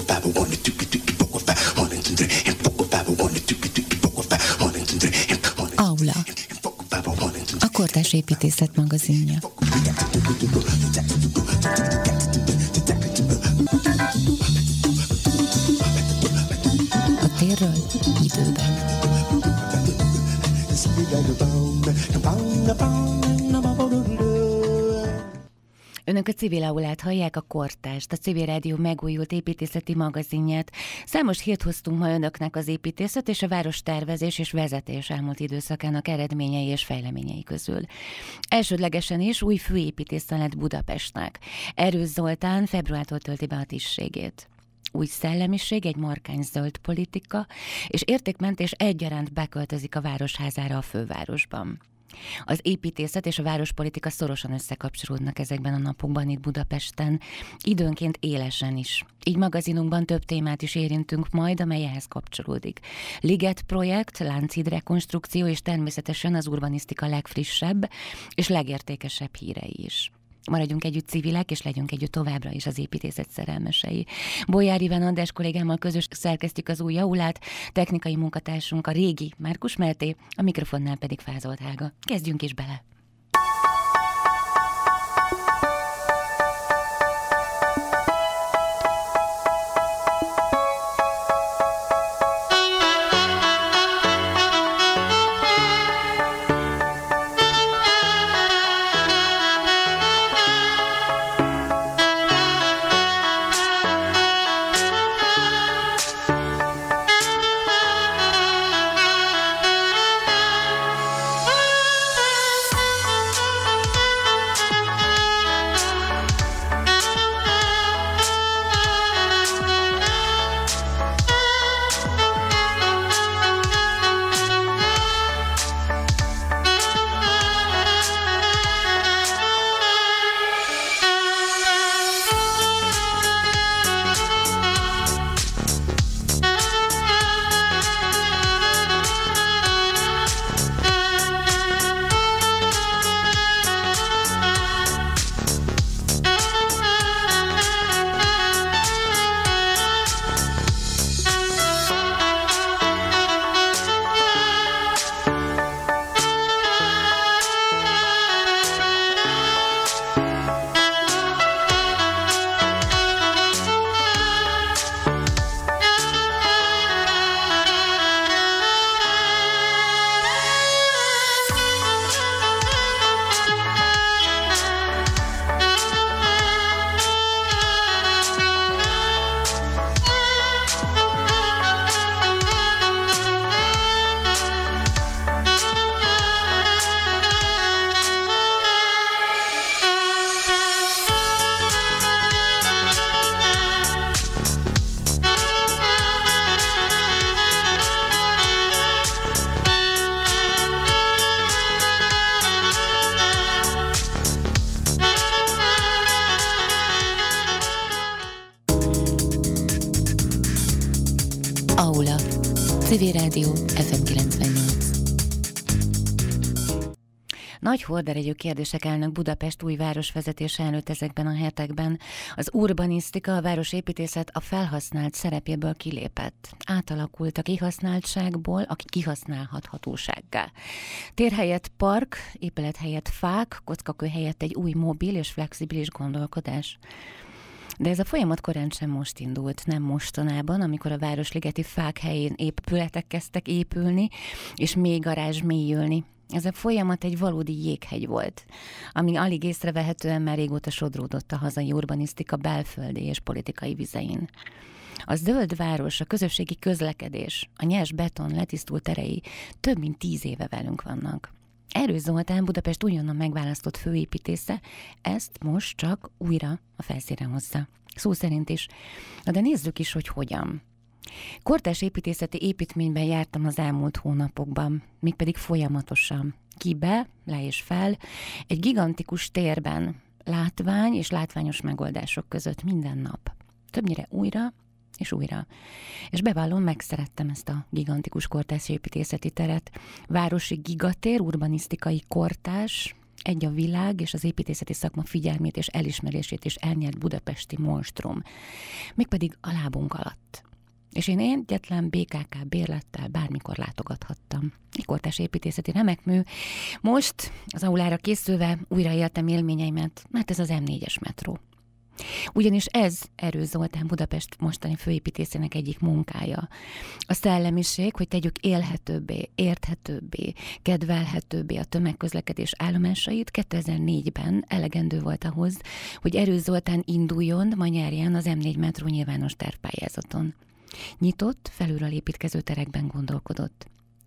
Aula, a Kortárs Építészet magazinja. A térről időben. Önök a Civil Aulát hallják, a Kortárst, a Civil Rádió megújult építészeti magazinját. Számos hírt hoztunk ma önöknek az építészet és a várostervezés és vezetés elmúlt időszakának eredményei és fejleményei közül. Elsődlegesen is új főépítésze lett Budapestnek. Erős Zoltán februártól tölti be a tisztségét. Új szellemiség, egy markáns zöld politika és értékmentés egyaránt beköltözik a Városházára a fővárosban. Az építészet és a várospolitika szorosan összekapcsolódnak ezekben a napokban itt Budapesten, időnként élesen is. Így magazinunkban több témát is érintünk majd, amely ehhez kapcsolódik. Liget projekt, Lánchíd rekonstrukció és természetesen az urbanisztika legfrissebb és legértékesebb hírei is. Maradjunk együtt civilek, és legyünk együtt továbbra is az építészet szerelmesei. Bolyár Iván András kollégámmal közös szerkesztjük az új aulát, technikai munkatársunk a régi Márkus Melté, a mikrofonnál pedig Fázolt Hága. Kezdjünk is bele! Aula, Civil Rádió, FM 98. Nagy horderejű kérdések állnak Budapest új városvezetése előtt ezekben a hetekben. Az urbanisztika, a városépítészet a felhasznált szerepéből kilépett. Átalakult a kihasználtságból a kihasználhatósággá. Tér helyett park, épület helyett fák, kockakő helyett egy új mobil és flexibilis gondolkodás. De ez a folyamat korán sem most indult, nem mostanában, amikor a városligeti fák helyén épületek kezdtek épülni, és mély garázs mélyülni. Ez a folyamat egy valódi jéghegy volt, ami alig észrevehetően már régóta sodródott a hazai urbanisztika belföldi és politikai vizein. A zöld város, a közösségi közlekedés, a nyers beton letisztult terei több mint 10 éve velünk vannak. Erős Zoltán, Budapest újonnan megválasztott főépítésze ezt most csak újra a felszínre hozza. Szó szerint is. De nézzük is, hogy hogyan. Kortárs építészeti építményben jártam az elmúlt hónapokban, mégpedig folyamatosan. Kibe, le és fel, egy gigantikus térben, látvány és látványos megoldások között minden nap. Többnyire újra és újra. És bevallom, megszerettem ezt a gigantikus kortárs építészeti teret. Városi gigatér, urbanisztikai kortárs, egy a világ és az építészeti szakma figyelmét és elismerését is elnyert budapesti monstrum, mégpedig a lábunk alatt. És én egyetlen BKK bérlettel bármikor látogathattam. Egy kortárs építészeti remekmű. Most az aulára készülve újra éltem élményeimet, mert ez az M4-es metró. Ugyanis ez Erős Zoltán Budapest mostani főépítészének egyik munkája. A szellemiség, hogy tegyük élhetőbbé, érthetőbbé, kedvelhetőbbé a tömegközlekedés állomásait, 2004-ben elegendő volt ahhoz, hogy Erős Zoltán induljon ma nyerjen az M4 metró nyilvános tervpályázaton. Nyitott, felülről építkező terekben gondolkodott,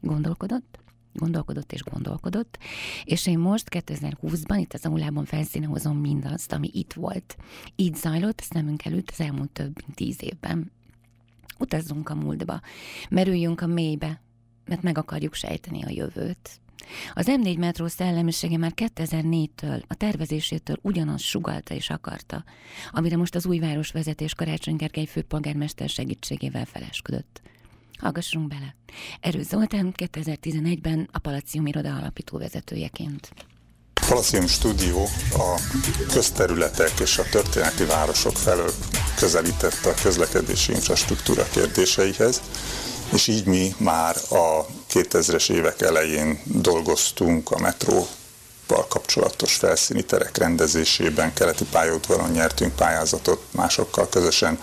és én most 2020-ban itt az aulában felszínehozom mindazt, ami itt volt. Így zajlott szemünk előtt az elmúlt több mint 10 évben. Utazzunk a múltba, merüljünk a mélybe, mert meg akarjuk sejteni a jövőt. Az M4 metró szellemisége már 2004-től, a tervezésétől ugyanazt sugallta és akarta, amire most az új városvezetés Karácsony Gergely főpolgármester segítségével felesküdött. Hallgassunk bele. Erős Zoltán 2011-ben a Palacium iroda alapító vezetőjeként. A Palacium Stúdió a közterületek és a történeti városok felől közelítette a közlekedési infrastruktúra kérdéseihez, és így mi már a 2000-es évek elején dolgoztunk a metróval kapcsolatos felszíni terek rendezésében, keleti pályaudvaron nyertünk pályázatot másokkal közösen,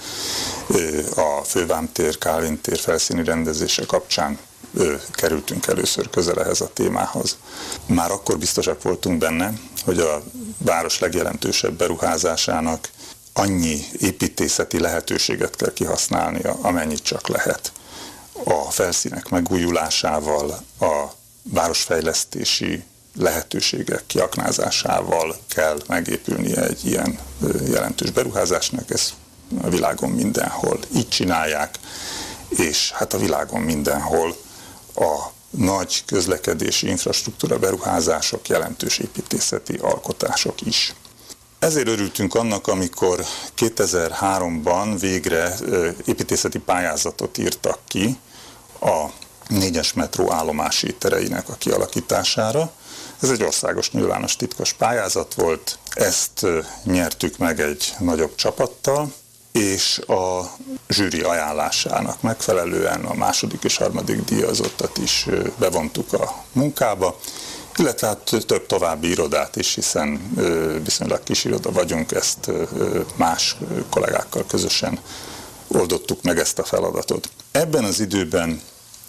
a Fővámtér, Kálvin tér felszíni rendezése kapcsán kerültünk először közel ehhez a témához. Már akkor biztosak voltunk benne, hogy a város legjelentősebb beruházásának annyi építészeti lehetőséget kell kihasználnia, amennyit csak lehet. A felszínek megújulásával, a városfejlesztési lehetőségek kiaknázásával kell megépülnie egy ilyen jelentős beruházásnak, ez a világon mindenhol így csinálják, és hát a világon mindenhol a nagy közlekedési infrastruktúra beruházások, jelentős építészeti alkotások is. Ezért örültünk annak, amikor 2003-ban végre építészeti pályázatot írtak ki a 4-es metró állomási tereinek a kialakítására. Ez egy országos nyilvános titkos pályázat volt, ezt nyertük meg egy nagyobb csapattal, és a zsűri ajánlásának megfelelően a második és harmadik díjazottat is bevontuk a munkába, illetve hát több további irodát is, hiszen viszonylag kis iroda vagyunk, ezt más kollégákkal közösen oldottuk meg ezt a feladatot. Ebben az időben,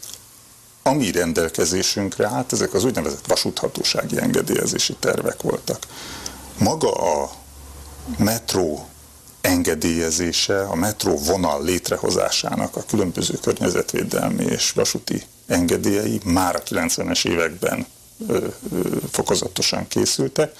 ami rendelkezésünkre állt, ezek az úgynevezett vasúthatósági engedélyezési tervek voltak. Maga a metró engedélyezése, a metró vonal létrehozásának a különböző környezetvédelmi és vasúti engedélyei már a 90-es években fokozatosan készültek,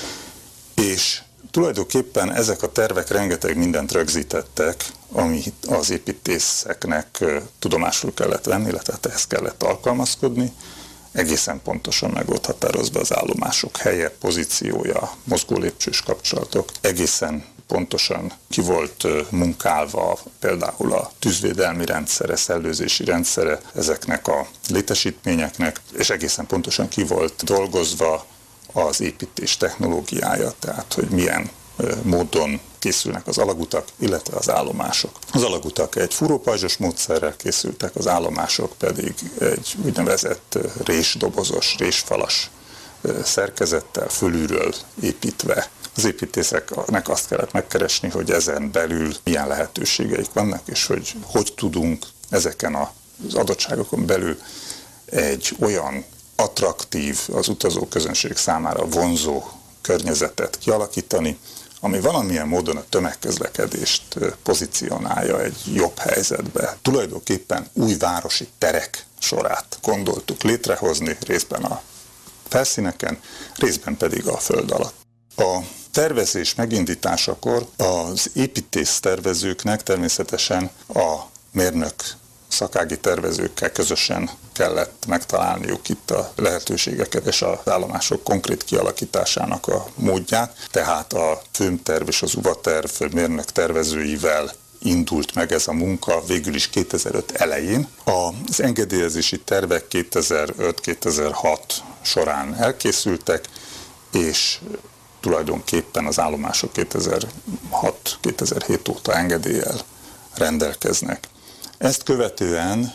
és tulajdonképpen ezek a tervek rengeteg mindent rögzítettek, amit az építészeknek tudomásul kellett venni, illetve ehhez kellett alkalmazkodni, egészen pontosan meg volt határozva az állomások helye, pozíciója, mozgólépcsős kapcsolatok, egészen pontosan ki volt munkálva például a tűzvédelmi rendszere, szellőzési rendszere ezeknek a létesítményeknek, és egészen pontosan ki volt dolgozva az építés technológiája, tehát hogy milyen módon készülnek az alagutak, illetve az állomások. Az alagutak egy fúrópajzsos módszerrel készültek, az állomások pedig egy úgynevezett résdobozos, résfalas szerkezettel fölülről építve. Az építészeknek azt kellett megkeresni, hogy ezen belül milyen lehetőségeik vannak, és hogy tudunk ezeken az adottságokon belül egy olyan attraktív, az utazóközönség számára vonzó környezetet kialakítani, ami valamilyen módon a tömegközlekedést pozícionálja egy jobb helyzetbe. Tulajdonképpen új városi terek sorát gondoltuk létrehozni, részben a felszíneken, részben pedig a föld alatt. A tervezés megindításakor az építész tervezőknek természetesen a mérnök szakági tervezőkkel közösen kellett megtalálniuk itt a lehetőségeket és az állomások konkrét kialakításának a módját. Tehát a főmterv és az UVA-terv mérnök tervezőivel indult meg ez a munka végül is 2005 elején. Az engedélyezési tervek 2005-2006 során elkészültek, és tulajdonképpen az állomások 2006-2007 óta engedéllyel rendelkeznek. Ezt követően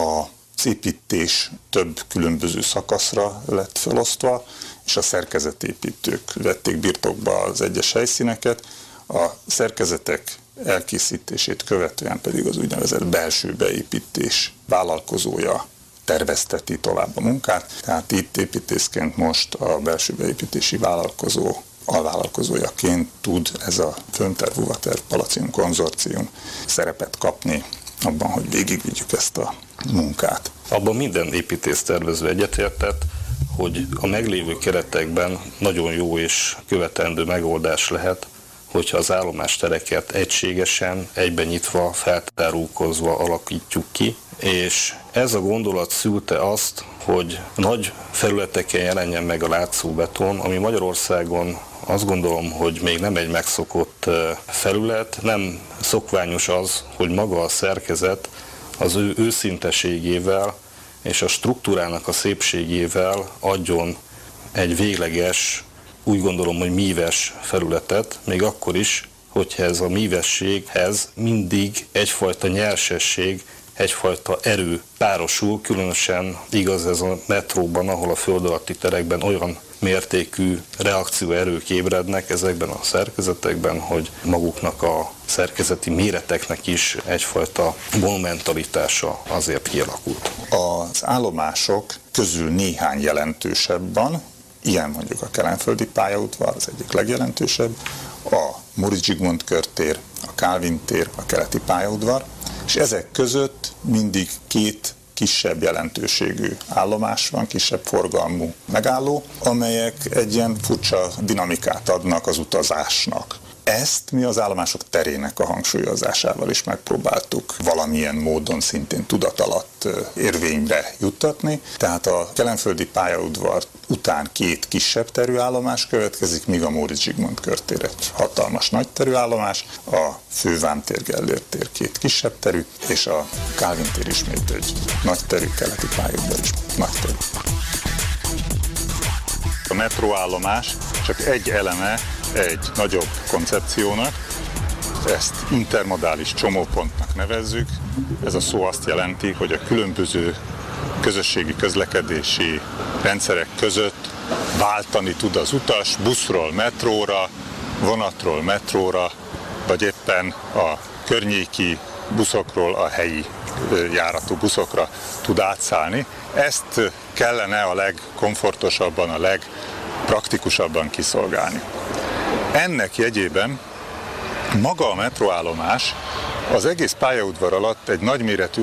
az építés több különböző szakaszra lett felosztva, és a szerkezetépítők vették birtokba az egyes helyszíneket, a szerkezetek elkészítését követően pedig az úgynevezett belső beépítés vállalkozója tervezteti tovább a munkát, tehát itt építészként most a belső beépítési vállalkozó alvállalkozójaként tud ez a Földterv Uvaterv Palacinum konzorcium szerepet kapni abban, hogy végigvigyük ezt a munkát. Abban minden építésztervező egyetértett, hogy a meglévő keretekben nagyon jó és követendő megoldás lehet, hogyha az állomástereket egységesen, egyben nyitva, feltárulkozva alakítjuk ki, és ez a gondolat szülte azt, hogy nagy felületeken jelenjen meg a látszóbeton, ami Magyarországon azt gondolom, hogy még nem egy megszokott felület, nem szokványos az, hogy maga a szerkezet az ő őszinteségével és a struktúrának a szépségével adjon egy végleges, úgy gondolom, hogy míves felületet, még akkor is, hogyha ez a mívességhez mindig egyfajta nyersesség, egyfajta erő párosul, különösen igaz ez a metróban, ahol a föld alatti terekben olyan mértékű reakcióerők ébrednek ezekben a szerkezetekben, hogy maguknak a szerkezeti méreteknek is egyfajta monumentalitása azért kialakult. Az állomások közül néhány jelentősebb van, ilyen mondjuk a kelenföldi pályaudvar, az egyik legjelentősebb, a Móricz Zsigmond körtér, a Kálvin tér, a keleti pályaudvar, és ezek között mindig két kisebb jelentőségű állomás van, kisebb forgalmú megálló, amelyek egy ilyen furcsa dinamikát adnak az utazásnak. Ezt mi az állomások terének a hangsúlyozásával is megpróbáltuk valamilyen módon szintén tudat alatt érvényre juttatni. Tehát a kelenföldi pályaudvar után két kisebb terű állomás következik, míg a Móricz Zsigmond körtér egy hatalmas nagy terű állomás, a Fővámtér Gellért tér két kisebb terű, és a Kálvin tér ismét egy nagy terű, keleti pályaudvar is nagy terű. A metróállomás csak egy eleme egy nagyobb koncepciónak, ezt intermodális csomópontnak nevezzük. Ez a szó azt jelenti, hogy a különböző közösségi közlekedési rendszerek között váltani tud az utas buszról metróra, vonatról metróra, vagy éppen a környéki buszokról a helyi járatú buszokra tud átszállni. Ezt kellene a legkomfortosabban, a legpraktikusabban kiszolgálni. Ennek jegyében maga a metróállomás az egész pályaudvar alatt egy nagyméretű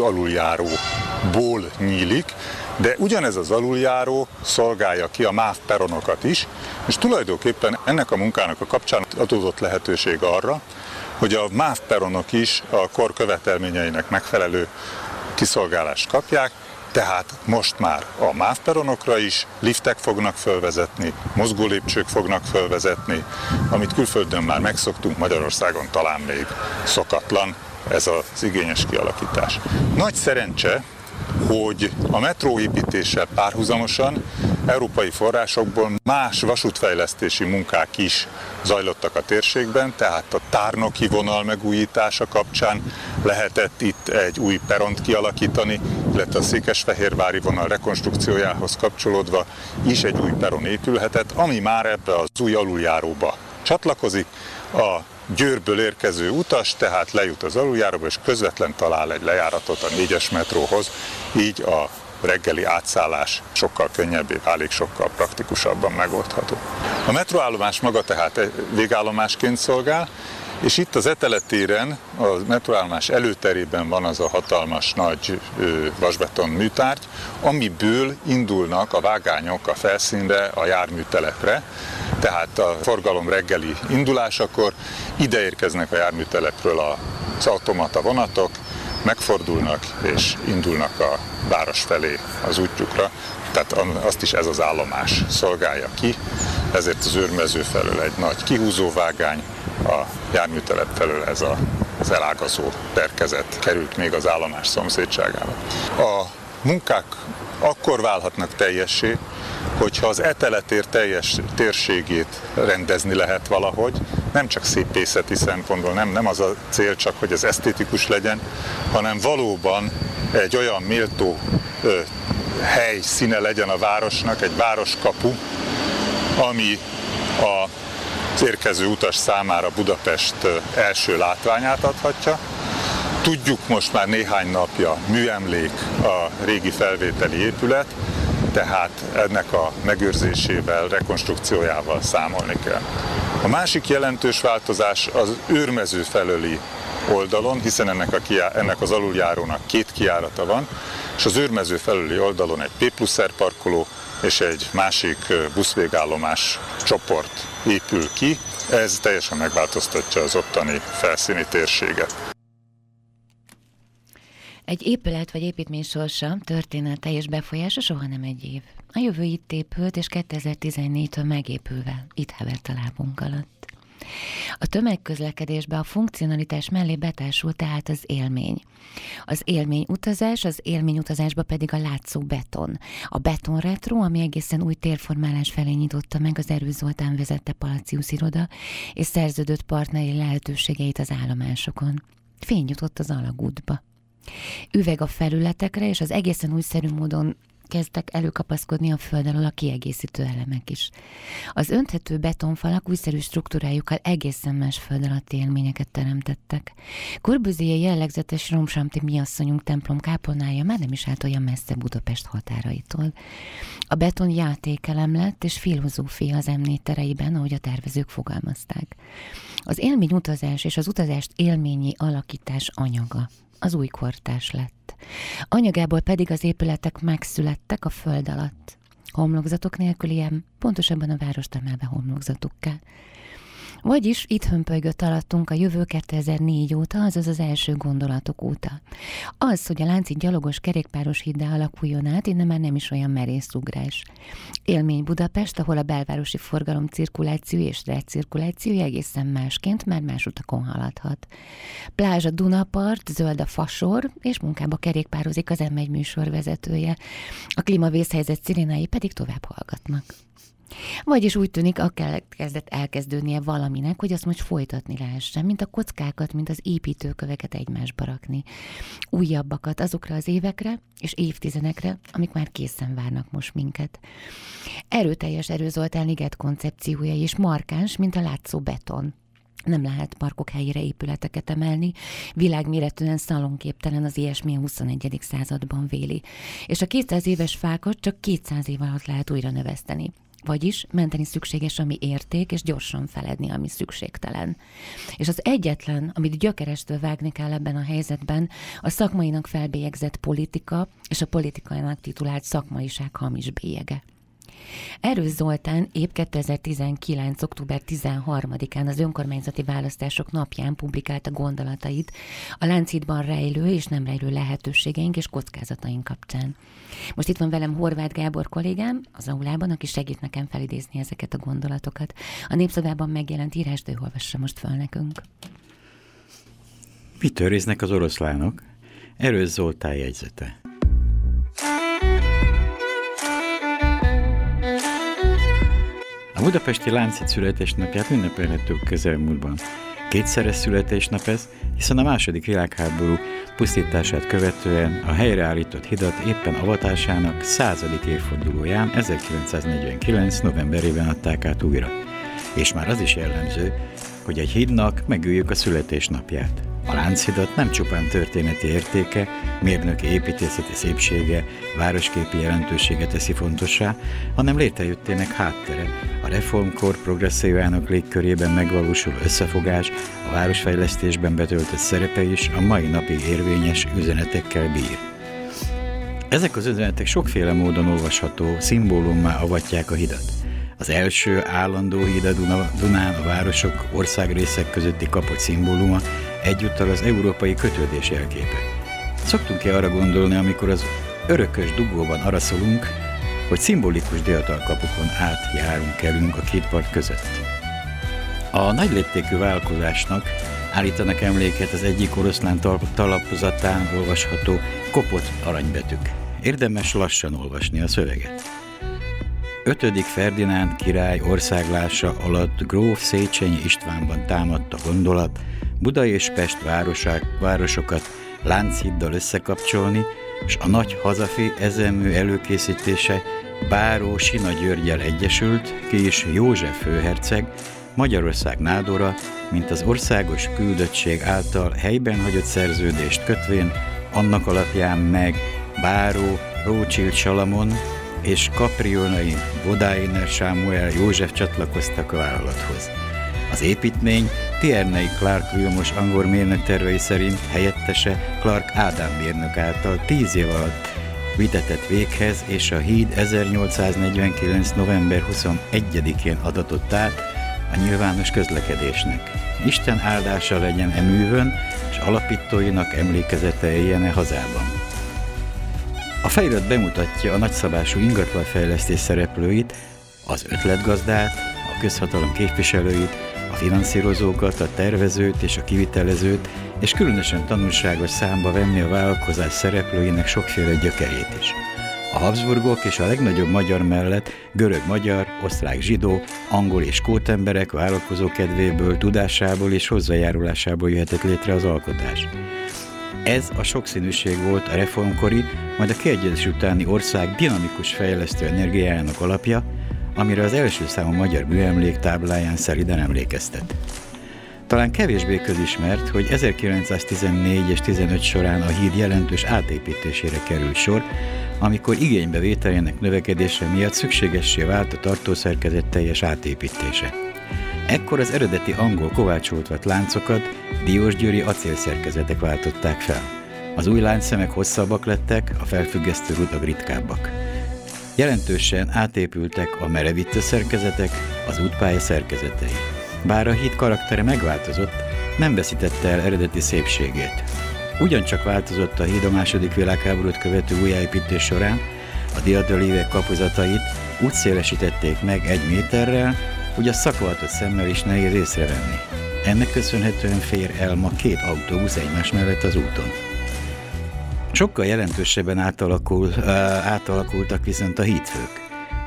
aluljáróból nyílik, de ugyanez az aluljáró szolgálja ki a MÁV peronokat is, és tulajdonképpen ennek a munkának a kapcsán adódott lehetőség arra, hogy a MÁV peronok is a kor követelményeinek megfelelő kiszolgálást kapják, tehát most már a MÁV peronokra is liftek fognak fölvezetni, mozgólépcsők fognak fölvezetni, amit külföldön már megszoktunk, Magyarországon talán még szokatlan ez az igényes kialakítás. Nagy szerencse, hogy a metróépítéssel párhuzamosan európai forrásokból más vasútfejlesztési munkák is zajlottak a térségben, tehát a tárnoki vonal megújítása kapcsán lehetett itt egy új peront kialakítani, illetve a székesfehérvári vonal rekonstrukciójához kapcsolódva is egy új peron épülhetett, ami már ebbe az új aluljáróba csatlakozik. A Győrből érkező utas tehát lejut az aluljáróba, és közvetlen talál egy lejáratot a 4-es metróhoz, így a reggeli átszállás sokkal könnyebbé válik, sokkal praktikusabban megoldható. A metróállomás maga tehát végállomásként szolgál, és itt az Etele téren, a metróállomás előterében van az a hatalmas nagy vasbeton műtárgy, amiből indulnak a vágányok a felszínre, a járműtelepre, tehát a forgalom reggeli indulásakor ide érkeznek a járműtelepről az automata vonatok, megfordulnak és indulnak a város felé az útjukra, tehát azt is ez az állomás szolgálja ki, ezért az őrmező felől egy nagy kihúzóvágány, a járműtelep felől ez az elágazó szerkezet került még az állomás szomszédságába. A munkák akkor válhatnak teljessé, hogyha az Eteletér teljes térségét rendezni lehet valahogy, nem csak szépészeti szempontból, nem az a cél csak, hogy ez esztétikus legyen, hanem valóban egy olyan méltó hely színe legyen a városnak, egy városkapu, ami az érkező utas számára Budapest első látványát adhatja. Tudjuk most már néhány napja, műemlék a régi felvételi épület, tehát ennek a megőrzésével, rekonstrukciójával számolni kell. A másik jelentős változás az őrmező felőli oldalon, hiszen ennek az aluljárónak 2 kijárata van, és az őrmező felőli oldalon egy P+R parkoló és egy másik buszvégállomás csoport épül ki. Ez teljesen megváltoztatja az ottani felszíni térséget. Egy épület vagy építmény sorsa, története és befolyása soha nem egy év. A jövő itt épült, és 2014-től megépülve itt hevert a lábunk alatt. A tömegközlekedésbe a funkcionalitás mellé betársul tehát az élmény. Az élményutazás, az élményutazásba pedig a látszó beton. A beton retro, ami egészen új térformálás felé nyitotta meg az Erős Zoltán vezette Palacius iroda, és szerződött partneri lehetőségeit az állomásokon. Fény jutott az alagútba. Üveg a felületekre, és az egészen újszerű módon kezdtek előkapaszkodni a föld alól a kiegészítő elemek is. Az önthető betonfalak újszerű struktúrájukkal egészen más föld alatti élményeket teremtettek. Corbusier jellegzetes romsamti miasszonyunk templom kápolnája már nem is állt olyan messze Budapest határaitól. A beton játékelem lett, és filozófia az M4 tereiben, ahogy a tervezők fogalmazták. Az élményutazás és az utazást élményi alakítás anyaga az új kortárs lett. Anyagából pedig az épületek megszülettek a föld alatt. Homlokzatok nélkülien, pontosabban a várost emelve homlokzatukká. Vagyis itt hömpölygött alattunk a jövő 2004 óta, azaz az első gondolatok óta. Az, hogy a Lánchíd gyalogos kerékpáros híddá alakuljon át, innen már nem is olyan merész ugrás. Élmény Budapest, ahol a belvárosi forgalom cirkuláció és recirkuláció egészen másként már más utakon haladhat. Plázs a Dunapart, zöld a fasor, és munkába kerékpározik az M1 műsorvezetője. A klímavészhelyzet szirénái pedig tovább hallgatnak. Vagyis úgy tűnik, kezdett elkezdődnie valaminek, hogy azt most folytatni lehessen, mint a kockákat, mint az építőköveket egymásba rakni. Újabbakat azokra az évekre és évtizedekre, amik már készen várnak most minket. Erőteljes Erős Zoltán liget koncepciója is markáns, mint a látszó beton. Nem lehet parkok helyére épületeket emelni, világméretűen szalonképtelen az ilyesmi a 21. században véli. És a 200 éves fákat csak 200 év alatt lehet újra növeszteni. Vagyis menteni szükséges, ami érték, és gyorsan feledni, ami szükségtelen. És az egyetlen, amit gyökerestől vágni kell ebben a helyzetben, a szakmainak felbélyegzett politika, és a politikának titulált szakmaiság hamis bélyege. Erős Zoltán épp 2019. október 13-án az önkormányzati választások napján publikálta gondolatait a Lánchídban rejlő és nem rejlő lehetőségeink és kockázataink kapcsán. Most itt van velem Horváth Gábor kollégám az aulában, aki segít nekem felidézni ezeket a gondolatokat. A Népszavában megjelent írást ő olvassa most fel nekünk. Mit őriznek az oroszlánok? Erős Zoltán jegyzete. A budapesti Lánchíd születésnapját ünnepelhetők közelmúltban. Kétszeres születésnap ez, hiszen a második világháború pusztítását követően a helyreállított hidat éppen avatásának 100. évfordulóján 1949. novemberében adták át újra. És már az is jellemző, hogy egy hídnak megüljük a születésnapját. A Lánchidat nem csupán történeti értéke, mérnöki építészeti szépsége, városképi jelentősége teszi fontossá, hanem létrejöttének háttere, a reformkor progresszívának légkörében megvalósuló összefogás, a városfejlesztésben betöltött szerepe is a mai napig érvényes üzenetekkel bír. Ezek az üzenetek sokféle módon olvasható szimbólummá avatják a hidat. Az első állandó híd a Dunán a városok, országrészek közötti kapocs szimbóluma, egyúttal az európai kötődés jelképe. Szoktunk-e arra gondolni, amikor az örökös dugóban araszolunk, hogy szimbolikus déltalkapukon átjárunk, kerülünk a két part között? A nagyléptékű vállalkozásnak állítanak emléket az egyik oroszlán talapozatán olvasható kopott aranybetűk. Érdemes lassan olvasni a szöveget. 5. Ferdinánd király országlása alatt gróf Széchenyi Istvánban támadt a gondolat Buda és Pest városokat Lánchíddal összekapcsolni, és a nagy hazafi ezenmű előkészítése Báró Sina Györggyel egyesült, ki is József főherceg, Magyarország nádora, mint az országos küldöttség által helyben hagyott szerződést kötvén, annak alapján meg Báró Rócsild Salamon és Kaprionai Bodáiner Sámuel József csatlakoztak a vállalathoz. Az építmény Tierney Clark Vilmos angol mérnök tervei szerint helyettese Clark Ádám mérnök által 10 év alatt vitetett véghez, és a híd 1849. november 21-én adatott át a nyilvános közlekedésnek. Isten áldása legyen e művön, és alapítóinak emlékezete éljen e hazában. A felirat bemutatja a nagyszabású ingatlanfejlesztés szereplőit, az ötletgazdát, a közhatalom képviselőit, a finanszírozókat, a tervezőt és a kivitelezőt, és különösen tanulságos számba venni a vállalkozás szereplőinek sokféle gyökerét is. A Habsburgok és a legnagyobb magyar mellett görög-magyar, osztrák-zsidó, angol és skót emberek vállalkozó kedvéből, tudásából és hozzájárulásából jöhetett létre az alkotás. Ez a sokszínűség volt a reformkori, majd a kiegyezés utáni ország dinamikus fejlesztő energiájának alapja, amire az első számú magyar műemlék tábláján szeliden emlékeztet. Talán kevésbé közismert, hogy 1914 és 15 során a híd jelentős átépítésére került sor, amikor igénybevételének növekedése miatt szükségessé vált a tartószerkezet teljes átépítése. Ekkor az eredeti angol kovácsoltvat láncokat diósgyőri acélszerkezetek váltották fel. Az új láncszemek hosszabbak lettek, a felfüggesztő rudak ritkábbak. Jelentősen átépültek a merevítő szerkezetek, az útpálya szerkezetei. Bár a híd karaktere megváltozott, nem veszítette el eredeti szépségét. Ugyancsak változott a híd a II. Világháborút követő újjáépítés során, a diadalívek kapuzatait úgy szélesítették meg 1 méterrel, hogy a szakavatott szemmel is nehéz észrevenni. Ennek köszönhetően fér el ma 2 autóbusz egymás mellett az úton. Sokkal jelentősebben átalakultak viszont a hídfők.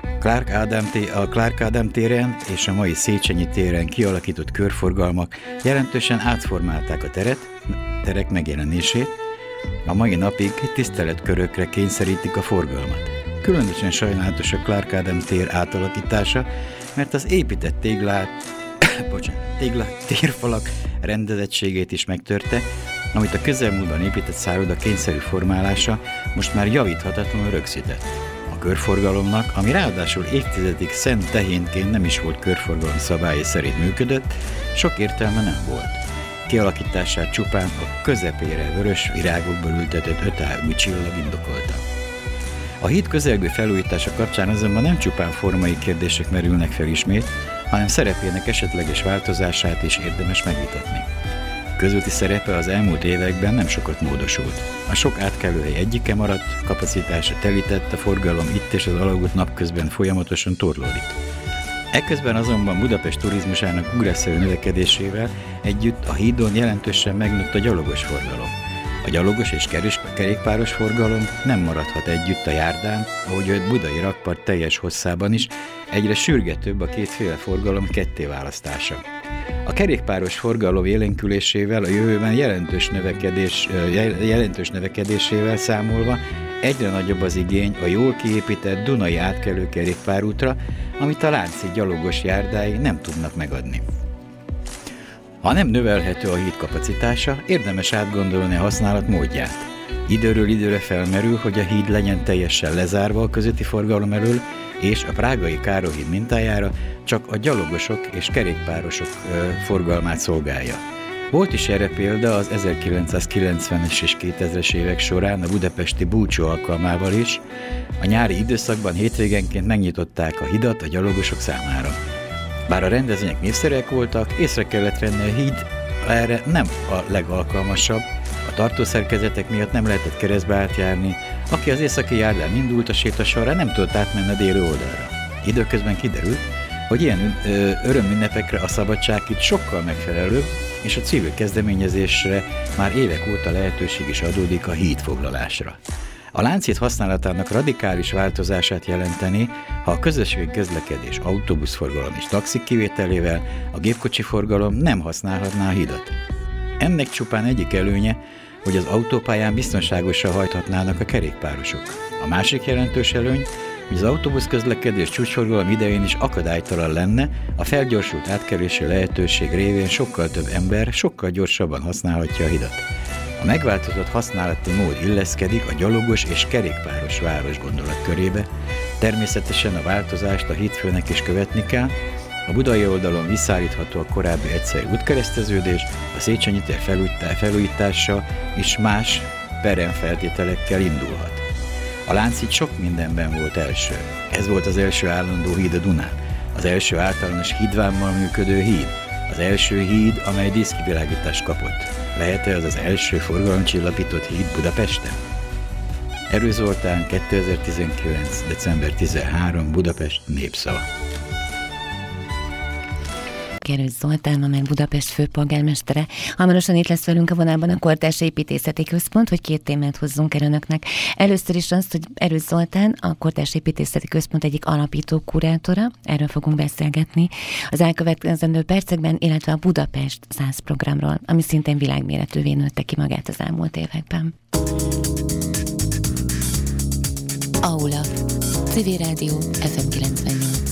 A Clark Ádám téren és a mai Széchenyi téren kialakított körforgalmak jelentősen átformálták a terek megjelenését, a mai napig tiszteletkörökre kényszerítik a forgalmat. Különösen sajnálatos a Clark Ádám tér átalakítása, mert az épített térfalak rendezettségét is megtörte, amit a közelmúltban épített szálloda kényszerű formálása most már javíthatatlanul rögzített. A körforgalomnak, ami ráadásul évtizedig szent tehénként nem is volt körforgalom szabályai szerint működött, sok értelme nem volt. Kialakítását csupán a közepére vörös virágokból ültetett 5 ágú csillag indokolta. A híd közelgő felújítása kapcsán azonban nem csupán formai kérdések merülnek fel ismét, hanem szerepének esetleges változását is érdemes megvitatni. Közúti szerepe az elmúlt években nem sokat módosult. A sok átkelőhely egyike maradt, kapacitása telített, a forgalom itt és az alagút napközben folyamatosan torlódik. Ekközben azonban Budapest turizmusának ugrásszerű növekedésével együtt a hídon jelentősen megnőtt a gyalogos forgalom. A gyalogos és kerékpáros forgalom nem maradhat együtt a járdán, ahogy a budai rakpart teljes hosszában is, egyre sürgetőbb a kétféle forgalom kettéválasztása. A kerékpáros forgalom élénkülésével a jövőben jelentős növekedésével számolva egyre nagyobb az igény a jól kiépített Dunai átkelő kerékpárútra, amit a Lánchíd gyalogos járdái nem tudnak megadni. Ha nem növelhető a híd kapacitása, érdemes átgondolni a használat módját. Időről időre felmerül, hogy a híd legyen teljesen lezárva a közötti forgalom elől, és a prágai Károly-híd mintájára csak a gyalogosok és kerékpárosok forgalmát szolgálja. Volt is erre példa az 1990-es és 2000-es évek során a budapesti búcsú alkalmával is. A nyári időszakban hétvégenként megnyitották a hidat a gyalogosok számára. Bár a rendezvények népszerűek voltak, észre kellett venni, a híd erre nem a legalkalmasabb, a tartószerkezetek miatt nem lehetett keresztbe átjárni, aki az északi járdán indult a séta során, nem tudott átmenni a déli oldalra. Időközben kiderült, hogy ilyen örömünnepekre a szabadság itt sokkal megfelelőbb, és a civil kezdeményezésre már évek óta lehetőség is adódik a hídfoglalásra. A láncít használatának radikális változását jelenteni, ha a közösségi közlekedés, autóbuszforgalom és taxik kivételével a gépkocsi forgalom nem használhatná a hidat. Ennek csupán egyik előnye, hogy az autópályán biztonságosan hajthatnának a kerékpárosok. A másik jelentős előny, hogy az autóbusz közlekedés csúcsforgalom idején is akadálytalan lenne, a felgyorsult átkerési lehetőség révén sokkal több ember sokkal gyorsabban használhatja a hidat. A megváltozott használati mód illeszkedik a gyalogos és kerékpáros város gondolat körébe, természetesen a változást a hídfőnek is követni kell, a budai oldalon visszaállítható a korábbi egyszerű útkereszteződés, a Széchenyi tér felújítása és más peremfeltételekkel indulhat. A Lánchíd sok mindenben volt első. Ez volt az első állandó híd a Dunán, az első általános hídvámmal működő híd, az első híd, amely díszkivilágítást kapott. Lehet-e az az első forgalomcsillapított híd Budapesten? Erő Zoltán, 2019. december 13. Budapest, Népszava. Erő Zoltán, ma meg Budapest főpolgármestere. Hamarosan itt lesz velünk a vonalban a Kortárs Építészeti Központ, hogy 2 témát hozzunk el önöknek. Először is azt, hogy Erő Zoltán a Kortárs Építészeti Központ egyik alapító kurátora, erről fogunk beszélgetni az elkövetkezendő percekben, illetve a Budapest 100 programról, ami szintén világméretűvé nőtte ki magát az elmúlt években. Aula, Civil Rádió, FM 98.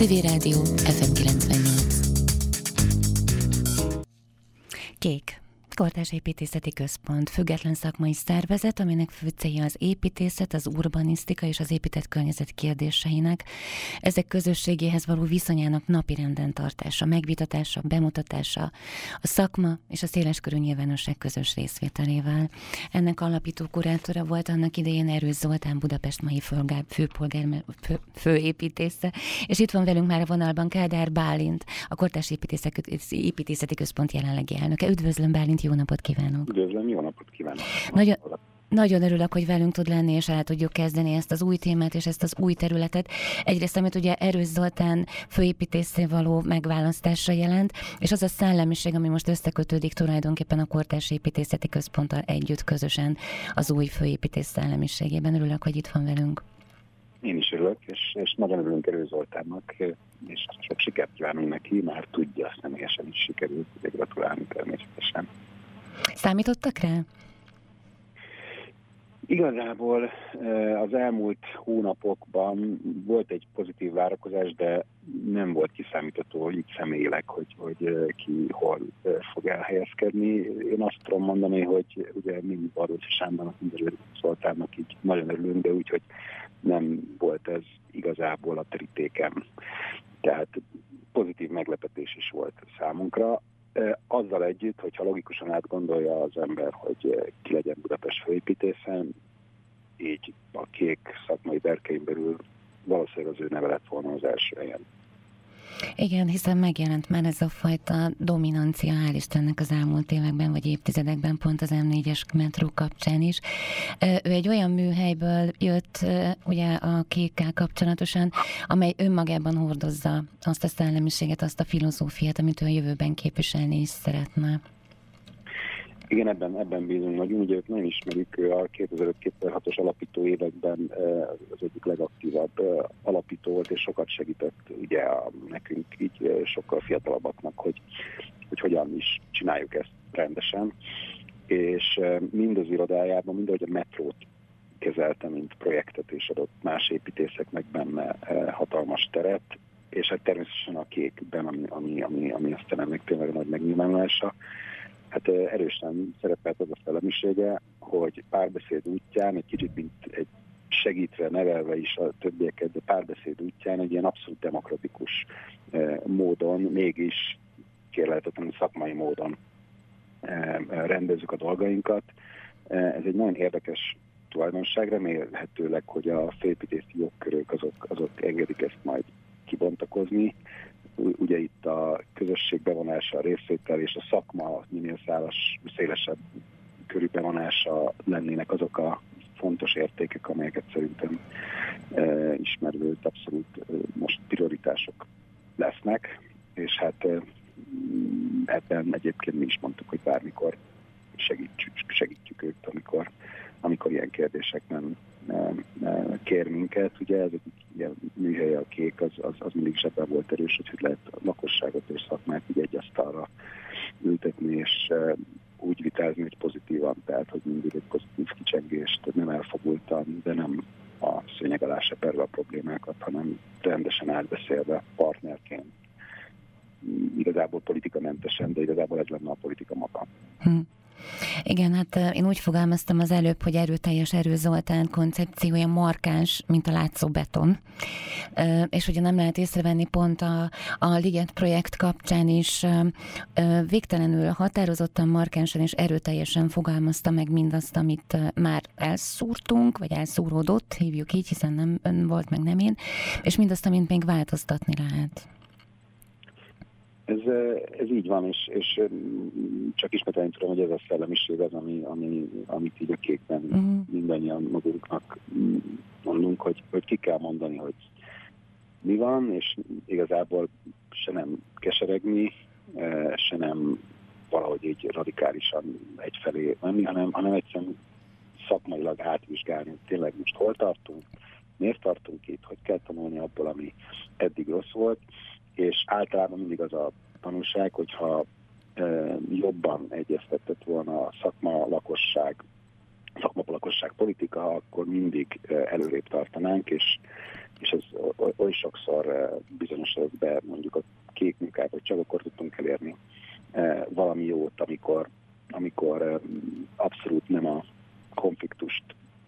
Civil Rádió FM 98. Kék. Kortárs Építészeti Központ, független szakmai szervezet, aminek fő célja az építészet, az urbanisztika és az épített környezet kérdéseinek, ezek közösségéhez való viszonyának napirenden tartása, megvitatása, bemutatása, a szakma és a széleskörű nyilvánosság közös részvételével. Ennek alapító kurátora volt annak idején Erős Zoltán, Budapest mai főépítésze, és itt van velünk már a vonalban Kádár Bálint, a Kortárs Építészeti Központ jelenlegi elnöke. Üdvözlöm, Bálint, jó napot kívánok! Üdvözlöm, jó napot kívánok! Nagyon örülök, hogy velünk tud lenni, és el tudjuk kezdeni ezt az új témát, és ezt az új területet. Egyrészt, amit ugye Erős Zoltán főépítészé való megválasztásra jelent, és az a szellemiség, ami most összekötődik tulajdonképpen a Kortárs Építészeti Központtal együtt közösen az új főépítész szellemiségében. Örülök, hogy itt van velünk. Én is örülök, és nagyon örülünk Erős Zoltánnak, és sok sikert kívánunk neki, már tudja, személyesen is sikerült, de gratulálni természetesen. Számítottak rá? Igazából az elmúlt hónapokban volt egy pozitív várakozás, de nem volt kiszámítható így személyileg, hogy ki hol fog elhelyezkedni. Én azt tudom mondani, hogy ugye mind Bardos Sándornak, mind Erős Zoltánnak így nagyon örülünk, de úgyhogy nem volt ez igazából a terítéken. Tehát pozitív meglepetés is volt számunkra. Azzal együtt, hogyha logikusan átgondolja az ember, hogy ki legyen Budapest főépítészen, így a kék szakmai berkein belül valószínűleg az ő neve lett volna az első helyen. Igen, hiszen megjelent már ez a fajta dominancia, hál' Istennek az elmúlt években vagy évtizedekben, pont az M4-es metró kapcsán is. Ő egy olyan műhelyből jött ugye a kékkel kapcsolatosan, amely önmagában hordozza azt a szellemiséget, azt a filozófiát, amit ő a jövőben képviselni is szeretne. Igen, ebben bízunk nagyon. Ugye őt nagyon ismerjük, ő a 2005-2006-os alapító években az egyik legaktívabb alapító volt, és sokat segített ugye nekünk így sokkal fiatalabbaknak, hogy hogyan is csináljuk ezt rendesen. És mind az irodájában, mind ahogy a metrót kezelte, mint projektet, és adott más építészeknek benne hatalmas teret, és hát természetesen a kékben, ami aztán ennek tényleg nagy megnyilvánulása. Hát erősen szerepelt az a szellemisége, hogy párbeszéd útján, egy kicsit mint egy segítve, nevelve is a többieket, de párbeszéd útján egy ilyen abszolút demokratikus módon, mégis kérlelhetetlenül szakmai módon rendezzük a dolgainkat. Ez egy nagyon érdekes tulajdonság, remélhetőleg, hogy a főépítészi jogkörök azok engedik ezt majd kibontakozni. Ugye itt a közösség bevonása, a részvétel és a szakma minél szélesebb körű bevonása lennének azok a fontos értékek, amelyeket szerintem ismervőt abszolút most prioritások lesznek, és hát ebben egyébként mi is mondtuk, hogy bármikor segítjük őt, amikor ilyen kérdésekben kér minket. Ugye ez egy műhelye a kék, az mindig is ebben volt erős, hogy lehet a lakosságot és szakmát így egy asztalra ültetni, és úgy vitázni, hogy pozitívan, tehát hogy mindig egy pozitív kicsengést, nem elfogultan, de nem a szőnyeg alá seperve a problémákat, hanem rendesen átbeszélve partnerként. Igazából politikamentesen, de igazából ez lenne a politika maga. Igen, hát én úgy fogalmaztam az előbb, hogy erőteljes Erős Zoltán koncepciója markáns, mint a látszó beton. És ugye nem lehet észrevenni pont a Liget projekt kapcsán is végtelenül határozottan, markánsan és erőteljesen fogalmazta meg mindazt, amit már elszúrtunk, vagy elszúródott, hívjuk így, hiszen nem ön volt, meg nem én, és mindazt, amit még változtatni lehet. Ez így van, és csak ismételni tudom, hogy ez a szellemiség az, amit így a kékben mindannyian magunknak mondunk, hogy ki kell mondani, hogy mi van, és igazából se nem keseregni, se nem valahogy így radikálisan egyfelé menni, hanem egyszerűen szakmailag átvizsgálni, hogy tényleg most hol tartunk, miért tartunk itt, hogy kell tanulni abból, ami eddig rossz volt, és általában mindig az a tanulság, hogyha jobban egyeztetett volna a szakma, lakosság politika, akkor mindig előrébb tartanánk, és és ez oly sokszor bizonyosodott be mondjuk a kék munkát, hogy csak akkor tudtunk elérni valami jót, amikor abszolút nem a konfliktust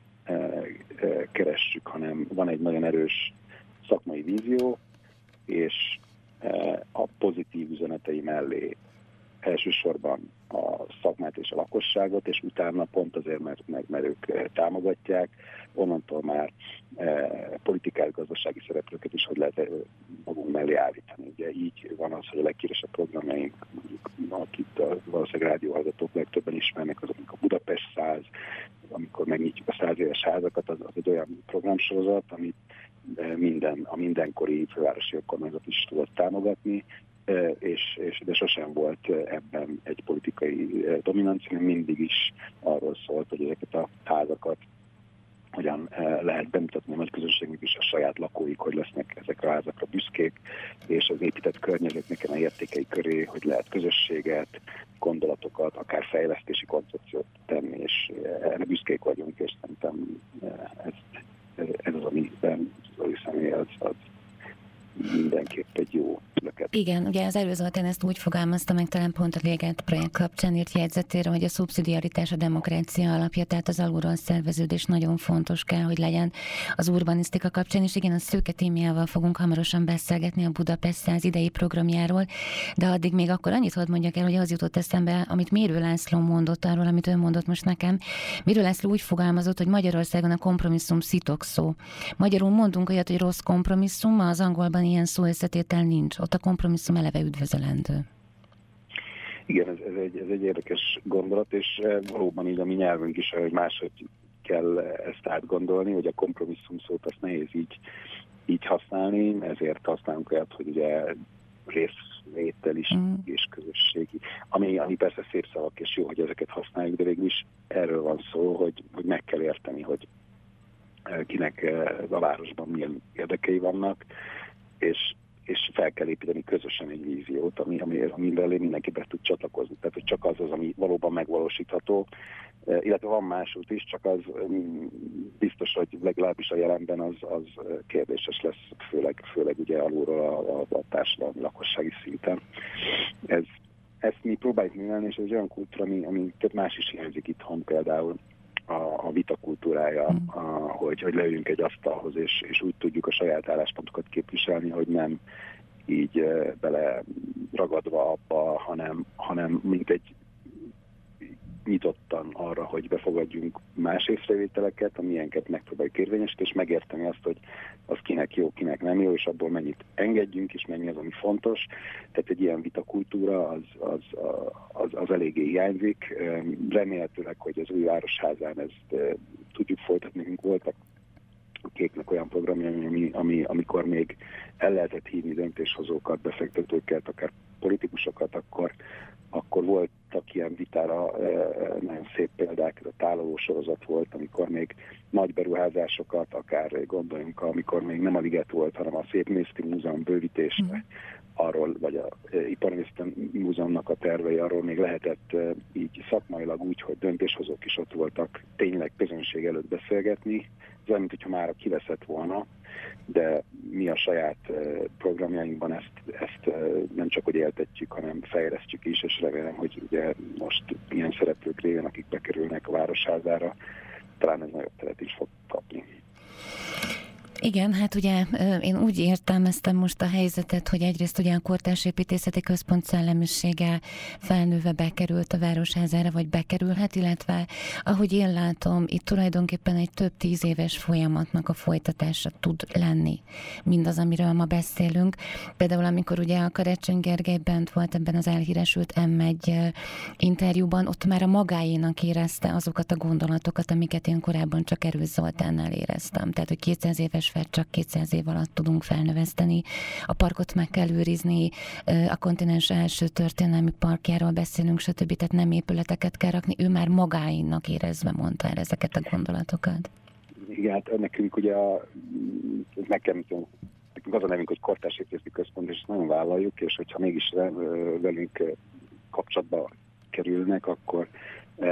keressük, hanem van egy nagyon erős szakmai vízió, és a pozitív üzenetei mellé elsősorban a szakmát és a lakosságot, és utána pont azért, mert ők támogatják, onnantól már politikai, gazdasági szereplőket is hogy lehet magunk mellé állítani. Ugye így van az, hogy a leghíresebb programjaink, mondjuk, akit valószínűleg rádióhallgatók legtöbben ismernek, azok, a Budapest 100, amikor megnyitjuk a 100 éves házakat, az egy olyan programsorozat, amit a mindenkori fővárosi önkormányzat is tudott támogatni, de sosem volt ebben egy politikai dominancia, mindig is arról szólt, hogy ezeket a házakat hogyan lehet bemutatni a nagy közönségnek is, a saját lakóik, hogy lesznek ezekre a házakra büszkék, és az épített környezetnek a értékei köré, hogy lehet közösséget, gondolatokat, akár fejlesztési koncepciót tenni, és erre büszkék vagyunk, és szerintem ez az, amiben Zoli személy az mindenképp egy jó löket. Igen, ugye az előző én ezt úgy fogalmazta meg, talán pont a Liget projekt kapcsán írt jegyzetére, hogy a szubszidiaritás a demokrácia alapja, tehát az alulról szerveződés nagyon fontos kell, hogy legyen az urbanisztika kapcsán, és igen, a Szőke Tímiával fogunk hamarosan beszélgetni a Budapest 100 idei programjáról, de addig még akkor annyit hadd mondjak el, hogy az jutott eszembe, amit Mérő László mondott arról, amit ő mondott most nekem. Mérő László úgy fogalmazott, hogy Magyarországon a kompromisszum szitokszó. Magyarul mondunk olyat, hogy rossz kompromisszum, az angolban ilyen szó összetétel nincs. Ott a kompromisszum eleve üdvözölendő. Igen, ez egy érdekes gondolat, és valóban így a mi nyelvünk is, hogy máshogy kell ezt átgondolni, hogy a kompromisszum szót azt nehéz így használni, ezért használunk olyat, hogy ugye részvétel is és közösségi. Ami persze szép szavak, és jó, hogy ezeket használjuk, de végül is erről van szó, hogy meg kell érteni, hogy kinek a városban milyen érdekei vannak, és fel kell építeni közösen egy víziót, amivel mindenki be tud csatlakozni. Tehát, hogy csak az, ami valóban megvalósítható, illetve van másút is, csak az biztos, hogy legalábbis a jelenben az kérdéses lesz, főleg ugye alulról a társadalmi lakossági szinten. Ezt mi próbáljuk művelni, és ez egy olyan kultúra, ami több más is hiányzik itthon, például a vita kultúrája, hogy leüljünk egy asztalhoz, és úgy tudjuk a saját álláspontokat képviselni, hogy nem így bele ragadva abba, hanem mint egy nyitottan arra, hogy befogadjunk más észrevételeket, amilyenket megpróbáljuk érvényesíteni, és megérteni azt, hogy az kinek jó, kinek nem jó, és abból mennyit engedjünk, és mennyi az, ami fontos. Tehát egy ilyen vitakultúra az eléggé hiányzik. Remélhetőleg, hogy az új városházán ezt tudjuk folytatni. Nekünk voltak a Kéknek olyan programja, amikor még el lehetett hívni döntéshozókat, befektetőket, akár politikusokat, akkor voltak ilyen vitára nagyon szép példák, ez a tálaló sorozat volt, amikor még nagy beruházásokat, akár gondoljunk, amikor még nem a Liget volt, hanem a Szépművészeti Múzeum bővítése, arról, vagy a Iparművészeti Múzeumnak a tervei, arról még lehetett így szakmailag úgy, hogy döntéshozók is ott voltak tényleg közönség előtt beszélgetni. Ez olyan, mint hogyha már kiveszett volna, de mi a saját programjainkban ezt nem csak hogy éltetjük, hanem fejlesztjük is, és remélem, hogy ugye most ilyen szereplők révén, akik bekerülnek a városházára, talán ez nagyobb teret is fog kapni. Igen, hát ugye én úgy értelmeztem most a helyzetet, hogy egyrészt ugye a Kortárs Építészeti Központ szellemisége felnőve bekerült a városházára, vagy bekerülhet, illetve ahogy én látom, itt tulajdonképpen egy több 10 éves folyamatnak a folytatása tud lenni, mindaz, amiről ma beszélünk. Például amikor ugye a Karácsony Gergely bent volt ebben az elhíresült M1 interjúban, ott már a magáénak érezte azokat a gondolatokat, amiket én korábban csak Erős Zoltánnál éreztem. Tehát, hogy 200 éves fát csak 200 év alatt tudunk felnöveszteni. A parkot meg kell őrizni, a kontinens első történelmi parkjáról beszélünk, stb. Tehát nem épületeket kell rakni. Ő már magáinak érezve mondta el ezeket a gondolatokat. Igen, hát nekünk ugye nekünk az a nevünk, hogy Kortárs Építészeti Központ, és ezt nagyon vállaljuk, és hogyha mégis velünk kapcsolatba kerülnek, akkor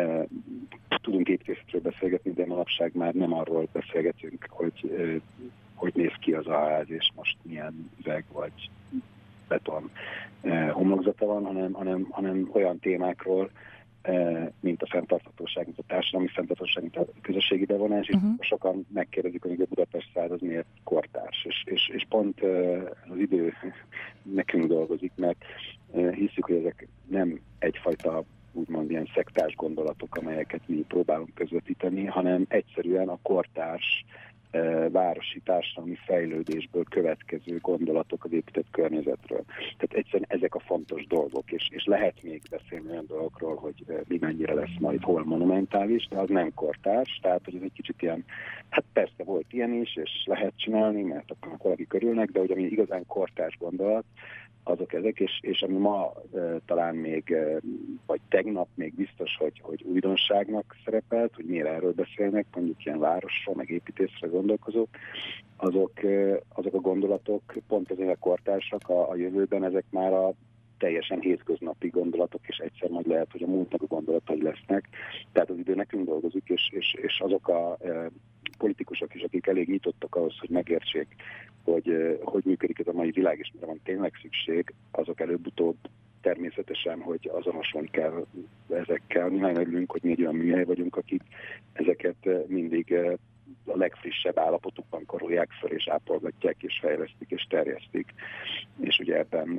tudunk építészetről beszélgetni, de manapság már nem arról beszélgetünk, hogy hogy néz ki az a ház, és most milyen üveg vagy beton homlokzata van, hanem olyan témákról, mint a fenntarthatóság, mint a társadalmi fenntarthatóság, mint a közösségi bevonás, és sokan megkérdezik, hogy a Budapest 100 az miért kortárs. És pont az idő nekünk dolgozik, mert hiszük, hogy ezek nem egyfajta úgymond ilyen szektárs gondolatok, amelyeket mi próbálunk közvetíteni, hanem egyszerűen a kortárs városi társadalmi fejlődésből következő gondolatok az épített környezetről. Tehát egyszerűen ezek a fontos dolgok, és lehet még beszélni olyan dolgokról, hogy mi mennyire lesz majd hol monumentális, de az nem kortárs, tehát hogy ez egy kicsit ilyen, hát persze volt ilyen is, és lehet csinálni, mert akkor valaki körülnek, de hogy ami igazán kortárs gondolat, azok ezek, és ami ma talán még, vagy tegnap még biztos, hogy újdonságnak szerepelt, hogy miért erről beszélnek, mondjuk ilyen városról, meg építészre gondolkozók, azok a gondolatok pont azért a kortársak a jövőben, ezek már a teljesen hétköznapi gondolatok, és egyszer majd lehet, hogy a múltnak a gondolatai lesznek. Tehát az idő nekünk dolgozik, és azok a politikusok is, akik elég nyitottak ahhoz, hogy megértsék, hogy működik ez a mai világ, és mire van tényleg szükség, azok előbb-utóbb természetesen, hogy azonosulni kell ezekkel. Mi nagyon örülünk, hogy mi egy olyan műhely vagyunk, akik ezeket mindig a legfrissebb állapotukban karolják fel, és ápolgatják, és fejlesztik, és terjesztik. És ugye ebben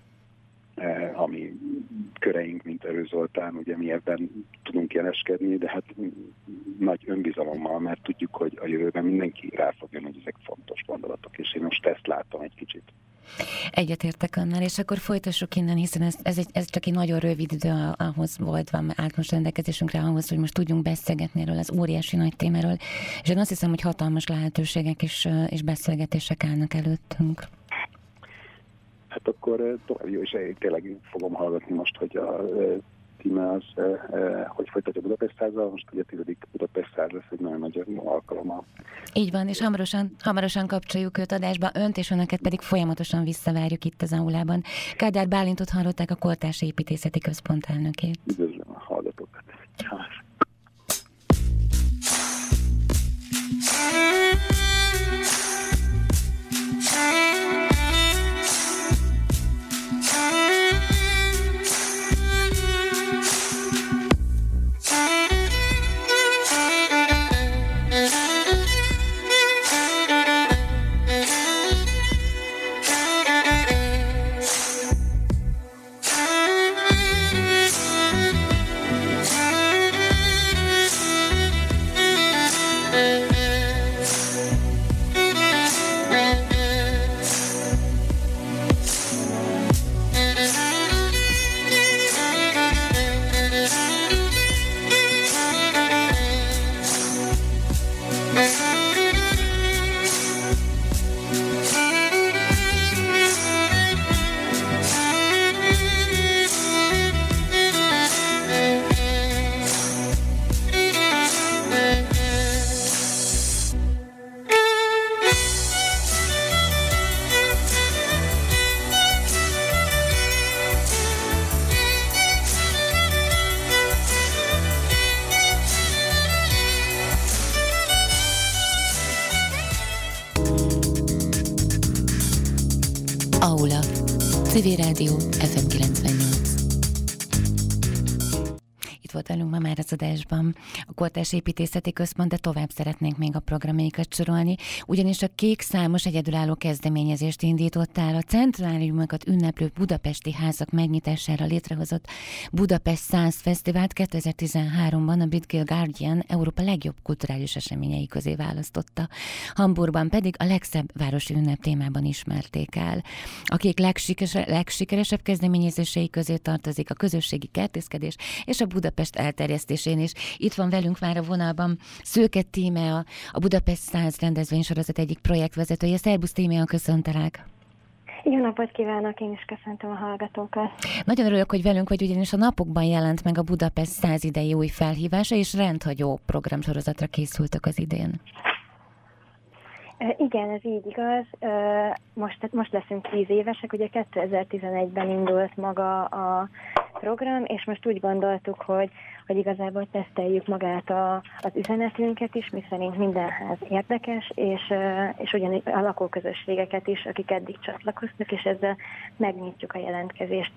a mi köreink, mint Erő Zoltán, ugye mi ebben tudunk jeleskedni, de hát nagy önbizalommal, mert tudjuk, hogy a jövőben mindenki rá fog jönni, hogy ezek fontos gondolatok, és én most ezt látom egy kicsit. Egyetértek annál, és akkor folytassuk innen, hiszen ez csak egy nagyon rövid idő ahhoz volt, van állt most rendelkezésünkre ahhoz, hogy most tudjunk beszélgetni erről az óriási nagy témáról, és én azt hiszem, hogy hatalmas lehetőségek és beszélgetések állnak előttünk. Hát akkor tovább jó, és én tényleg fogom hallgatni most, hogy a Tíme az, hogy folytatja Budapest 100-al, most ugye a 10. Budapest 100 lesz egy nagyon nagy alkalommal. Így van, és hamarosan kapcsoljuk őt adásba, önt és önöket pedig folyamatosan visszavárjuk itt az aulában. Kádár Bálintot hallották, a Kortárs Építészeti Központ elnökét. Üdvözlöm a hallgatókat. Aula, Civil Rádió, FM 98. Itt volt velünk ma már az adásban a Kortárs Építészeti Központ, de tovább szeretnénk még a programjaikat sorolni, ugyanis a Kék számos egyedülálló kezdeményezést indított el a centráliumokat ünneplő budapesti házak megnyitására létrehozott Budapest 100 Fesztivált 2013-ban a Brit Guardian Európa legjobb kulturális eseményei közé választotta. Hamburgban pedig a legszebb városi ünnep témában ismerték el. A Kék legsikeresebb kezdeményezései közé tartozik a közösségi kertészkedés és a Budapest elterjesztésén is. Itt van velünk már a vonalban Szőke Tíme, a Budapest 100 rendezvénysorozat egyik projektvezetője. Szerbusz Tíme, köszöntelek! Jó napot kívánok, én is köszöntöm a hallgatókat. Nagyon örülök, hogy velünk vagy, ugyanis a napokban jelent meg a Budapest 100 idei új felhívása, és rendhagyó programsorozatra készültök az idén. Igen, ez így igaz. Most leszünk 10 évesek, ugye 2011-ben indult maga a program, és most úgy gondoltuk, hogy igazából teszteljük magát az üzenetünket is, miszerint minden ház érdekes, és ugyanígy a lakóközösségeket is, akik eddig csatlakoztak, és ezzel megnyitjuk a jelentkezést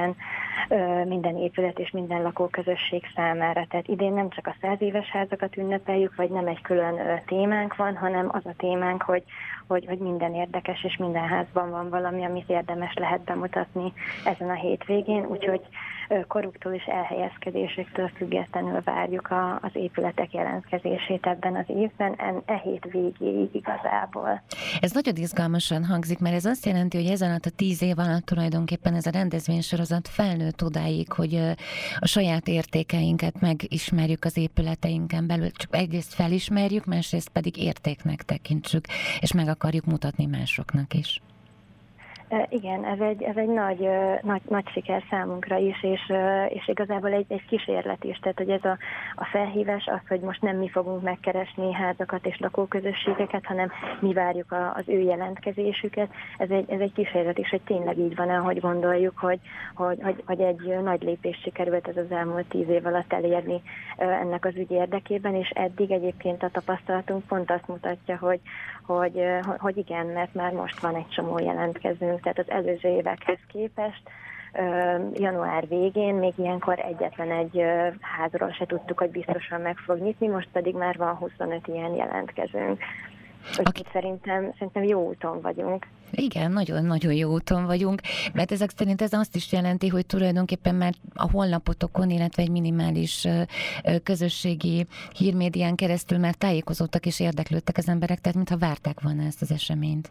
minden épület és minden lakóközösség számára. Tehát idén nem csak a 100 éves házakat ünnepeljük, vagy nem egy külön témánk van, hanem az a témánk, hogy minden érdekes, és minden házban van valami, amit érdemes lehet bemutatni ezen a hétvégén, úgyhogy koruktól és elhelyezkedésektől függetlenül várjuk az épületek jelentkezését ebben az évben, hét végéig igazából. Ez nagyon izgalmasan hangzik, mert ez azt jelenti, hogy ezen alatt a 10 év alatt tulajdonképpen ez a rendezvénysorozat felnőtt odáig, hogy a saját értékeinket megismerjük az épületeinken belül, csak egyrészt felismerjük, másrészt pedig értéknek tekintsük, és meg akarjuk mutatni másoknak is. Igen, ez egy nagy siker számunkra is, és igazából egy kísérlet is. Tehát, hogy ez a felhívás az, hogy most nem mi fogunk megkeresni házakat és lakóközösségeket, hanem mi várjuk az ő jelentkezésüket. Ez egy kísérlet is, hogy tényleg így van, ahogy gondoljuk, hogy egy nagy lépés sikerült ez az elmúlt 10 év alatt elérni ennek az ügy érdekében, és eddig egyébként a tapasztalatunk pont azt mutatja, hogy igen, mert már most van egy csomó jelentkezőnk, tehát az előző évekhez képest január végén még ilyenkor egyetlen egy házról se tudtuk, hogy biztosan meg fog nyitni, most pedig már van 25 ilyen jelentkezőnk. Úgyhogy szerintem jó úton vagyunk. Igen, nagyon-nagyon jó úton vagyunk, mert ezek szerint ez azt is jelenti, hogy tulajdonképpen már a honlapotokon, illetve egy minimális közösségi hírmédián keresztül már tájékozódtak és érdeklődtek az emberek, tehát mintha várták volna ezt az eseményt.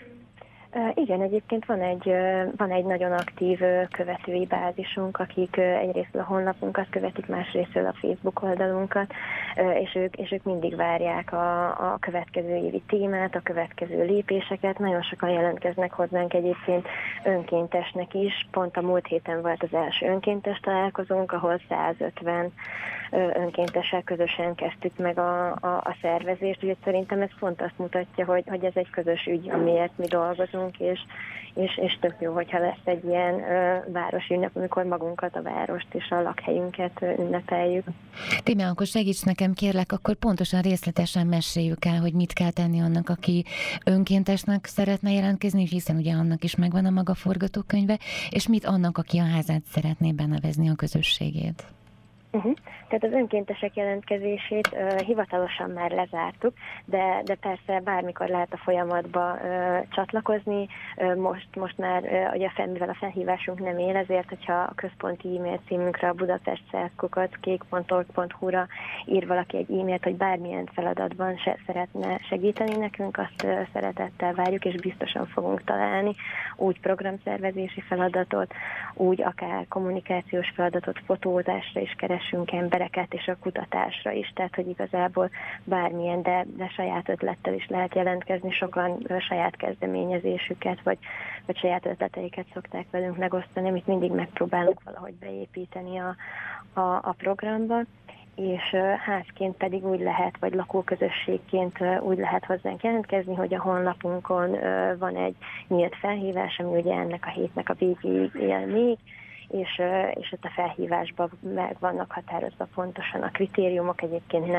Igen, egyébként van egy nagyon aktív követői bázisunk, akik egyrészt a honlapunkat követik, másrészt a Facebook oldalunkat, és ők mindig várják a következő évi témát, a következő lépéseket. Nagyon sokan jelentkeznek hozzánk egyébként önkéntesnek is. Pont a múlt héten volt az első önkéntes találkozónk, ahol 150 önkéntessel közösen kezdtük meg a szervezést. Úgyhogy szerintem ez pont azt mutatja, hogy ez egy közös ügy, amiért mi dolgozunk, és tök jó, hogyha lesz egy ilyen városi ünnep, amikor magunkat, a várost és a lakhelyünket ünnepeljük. Tíme, akkor segíts nekem, kérlek, akkor pontosan részletesen meséljük el, hogy mit kell tenni annak, aki önkéntesnek szeretne jelentkezni, hiszen ugye annak is megvan a maga forgatókönyve, és mit annak, aki a házát szeretné benevezni, a közösségét. Tehát az önkéntesek jelentkezését hivatalosan már lezártuk, de persze bármikor lehet a folyamatba csatlakozni. Most már, ugye mivel a felhívásunk nem él, ezért, hogyha a központi e-mail címünkre, a budapest@kék.org.hu-ra ír valaki egy e-mailt, hogy bármilyen feladatban szeretne segíteni nekünk, azt szeretettel várjuk, és biztosan fogunk találni úgy programszervezési feladatot, úgy akár kommunikációs feladatot, fotózásra is keresünk embereket, és a kutatásra is, tehát hogy igazából bármilyen, de saját ötlettel is lehet jelentkezni, sokan saját kezdeményezésüket, vagy saját ötleteiket szokták velünk megosztani, amit mindig megpróbálunk valahogy beépíteni a programba, és házként pedig úgy lehet, vagy lakóközösségként úgy lehet hozzánk jelentkezni, hogy a honlapunkon van egy nyílt felhívás, ami ugye ennek a hétnek a végéig él még, és ott a felhívásban meg vannak határozva pontosan a kritériumok, egyébként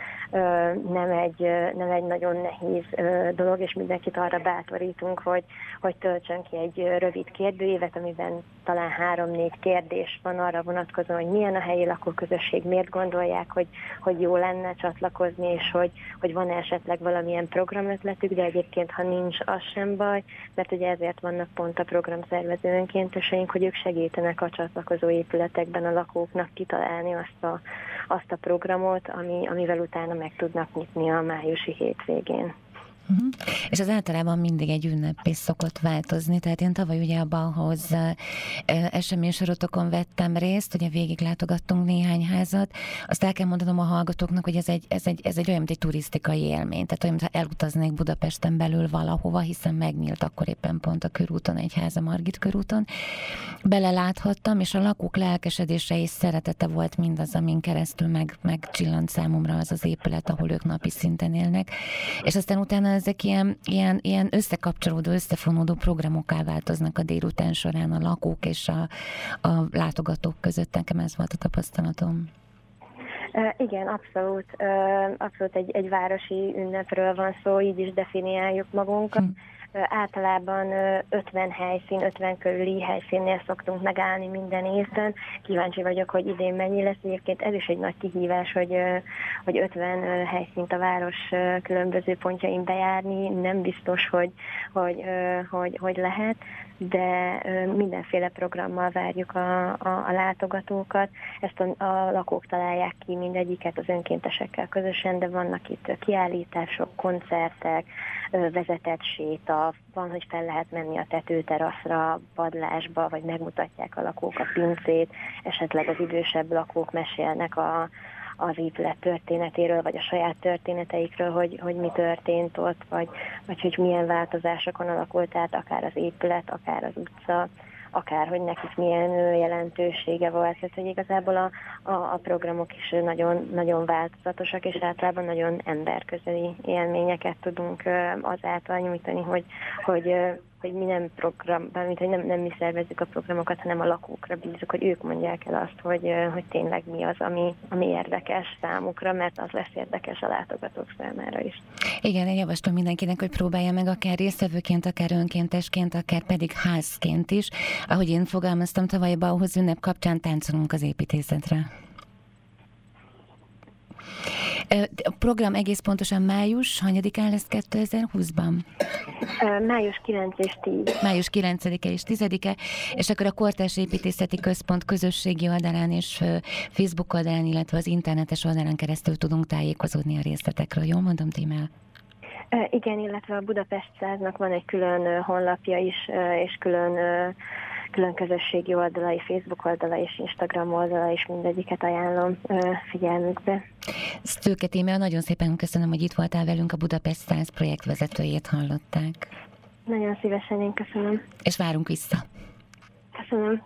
nem egy nagyon nehéz dolog, és mindenkit arra bátorítunk, hogy töltsön ki egy rövid kérdőívet, amiben talán 3-4 kérdés van arra vonatkozóan, hogy milyen a helyi lakóközösség, miért gondolják, hogy jó lenne csatlakozni, és hogy van esetleg valamilyen programötletük, de egyébként, ha nincs, az sem baj, mert ugye ezért vannak pont a programszervező önkénteseink, hogy ők segítenek a csatlakozó épületekben a lakóknak kitalálni azt a programot, amivel utána meg tudnak nyitni a májusi hétvégén. És az általában mindig egy ünneppé szokott változni, tehát én tavaly ugye a Bauhaus eseménysorozatokon vettem részt, ugye végiglátogattunk néhány házat, azt el kell mondanom a hallgatóknak, hogy ez egy olyan, mint egy turisztikai élmény, tehát olyan, mintha elutaznék Budapesten belül valahova, hiszen megnyílt akkor éppen pont a körúton egy ház, a Margit körúton, beleláthattam, és a lakók lelkesedése és szeretete volt mindaz, amin keresztül megcsillant számomra az az épület, ahol ők napi szinten élnek. És aztán utána ezek ilyen összekapcsolódó, összefonódó programokká változnak a délután során a lakók és a látogatók között. Nekem ez volt a tapasztalatom. Igen, abszolút. Abszolút egy városi ünnepről van szó, így is definiáljuk magunkat. Általában 50 helyszín, 50 körüli helyszínnél szoktunk megállni minden évben. Kíváncsi vagyok, hogy idén mennyi lesz. Egyébként ez is egy nagy kihívás, hogy 50 helyszínt a város különböző pontjain bejárni. Nem biztos, hogy lehet, de mindenféle programmal várjuk a látogatókat. Ezt a lakók találják ki mindegyiket az önkéntesekkel közösen, de vannak itt kiállítások, koncertek, vezetett séta, van, hogy fel lehet menni a tetőteraszra, padlásba, vagy megmutatják a lakók a pincét, esetleg az idősebb lakók mesélnek az épület történetéről, vagy a saját történeteikről, hogy mi történt ott, vagy hogy milyen változásokon alakult át akár az épület, akár az utca, akár hogy nekik milyen jelentősége volt. Tehát, hogy igazából a programok is nagyon, nagyon változatosak, és általában nagyon emberközeli élményeket tudunk azáltal nyújtani, hogy mi nem nem mi szervezzük a programokat, hanem a lakókra bízunk, hogy ők mondják el azt, hogy tényleg mi az, ami érdekes számukra, mert az lesz érdekes a látogatók számára is. Igen, én javaslom mindenkinek, hogy próbálja meg akár résztvevőként, akár önkéntesként, akár pedig házként is. Ahogy én fogalmaztam tavaly, Bauhaus ünnep kapcsán táncolunk az építészetre. A program egész pontosan május, hanyadikán lesz 2020-ban? Május 9 és 10. Május 9-e és 10-e, és akkor a Kortárs Építészeti Központ közösségi oldalán és Facebook oldalán, illetve az internetes oldalán keresztül tudunk tájékozódni a részletekről. Jól mondom, Tímea? Igen, illetve a Budapest 100-nak van egy külön honlapja is, és külön közösségi oldala, Facebook oldala és Instagram oldala, és mindegyiket ajánlom figyelmükbe. Sztőke Tímea, nagyon szépen köszönöm, hogy itt voltál velünk, a Budapest 100 projektvezetőjét hallották. Nagyon szívesen, én köszönöm. És várunk vissza. Köszönöm.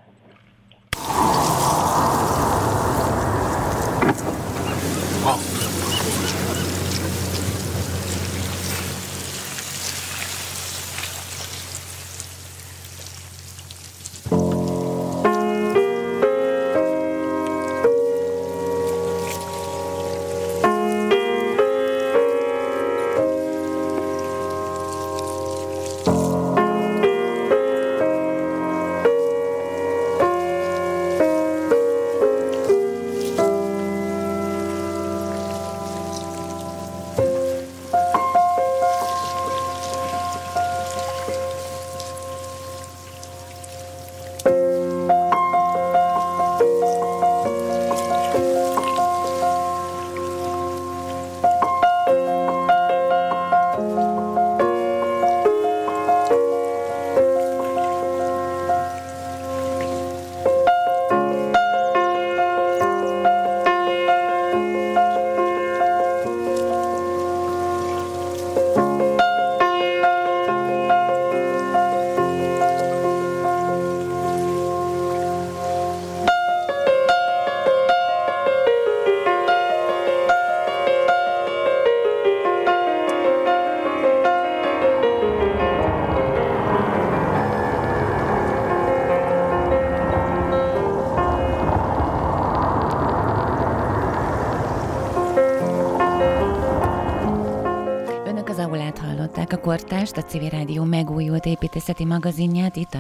A Kortást, a Civil Rádió megújult építészeti magazinját itt a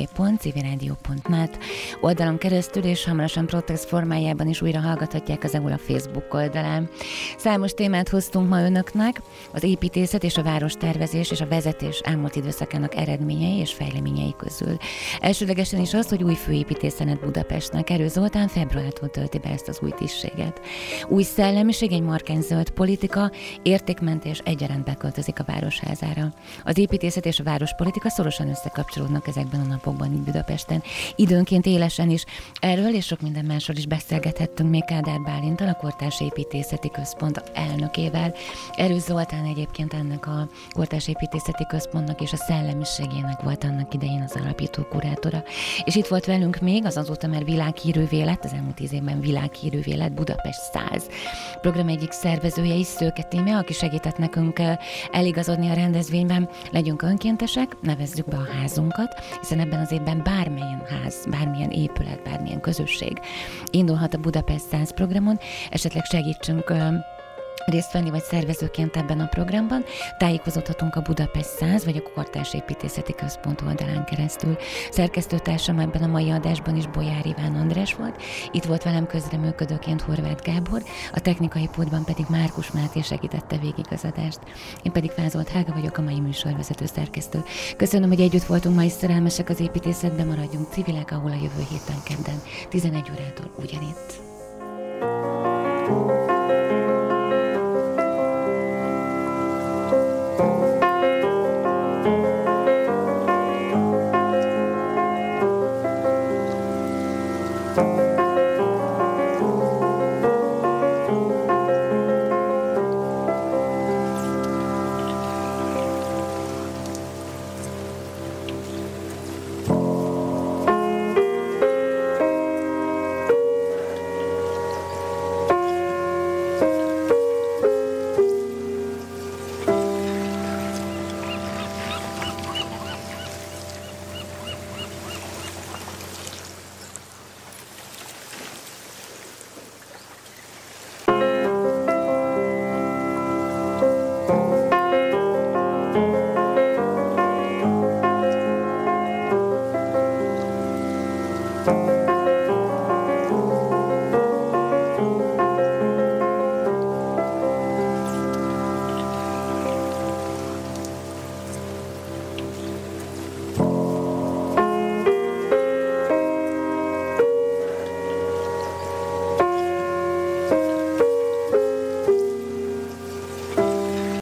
www.civilradio.net oldalon keresztül, és hamarosan podcast formájában is újra hallgathatják az EULA Facebook oldalán. Számos témát hoztunk ma önöknek, az építészet és a várostervezés és a vezetés elmúlt időszakának eredményei és fejleményei közül. Elsődlegesen is az, hogy új főépítészenet Budapestnek. Erő Zoltán februártól tölti be ezt az új tisztséget. Új szellemiség, egy markáns zöld politika, értékmentés egyaránt beköltözik a városházába. számára. Az építészet és a várospolitika szorosan összekapcsolódnak ezekben a napokban itt Budapesten. Időnként élesen is erről és sok minden másról is beszélgethettünk még Kádár Bálinttal, a Kortárs Építészeti Központ elnökével. Erős Zoltán egyébként ennek a Kortárs Építészeti Központnak és a szellemiségének volt annak idején az alapító kurátora. És itt volt velünk még az azóta már világhírűvé lett, az elmúlt 10 évben világhírűvé lett Budapest 100 program egyik szervezője is, Szőke Tímea, aki segített nekünk eligazodni a rendezvényben. Legyünk önkéntesek, nevezzük be a házunkat, hiszen ebben az évben bármilyen ház, bármilyen épület, bármilyen közösség indulhat a Budapest 100 programon, esetleg segítsünk részt venni, vagy szervezőként ebben a programban. Tájékozódhatunk a Budapest 100 vagy a Kortárs Építészeti Központ oldalán keresztül. Szerkesztőtársam ebben a mai adásban is Bolyár Iván András volt. Itt volt velem közreműködőként Horváth Gábor, a technikai pultban pedig Márkus Máté segítette végig az adást. Én pedig Vázolt Hága vagyok, a mai műsorvezető szerkesztő. Köszönöm, hogy együtt voltunk ma is szerelmesek az építészetben, maradjunk civilek, ahol a jövő héten kedden 11 órától ugyanitt. Thank you.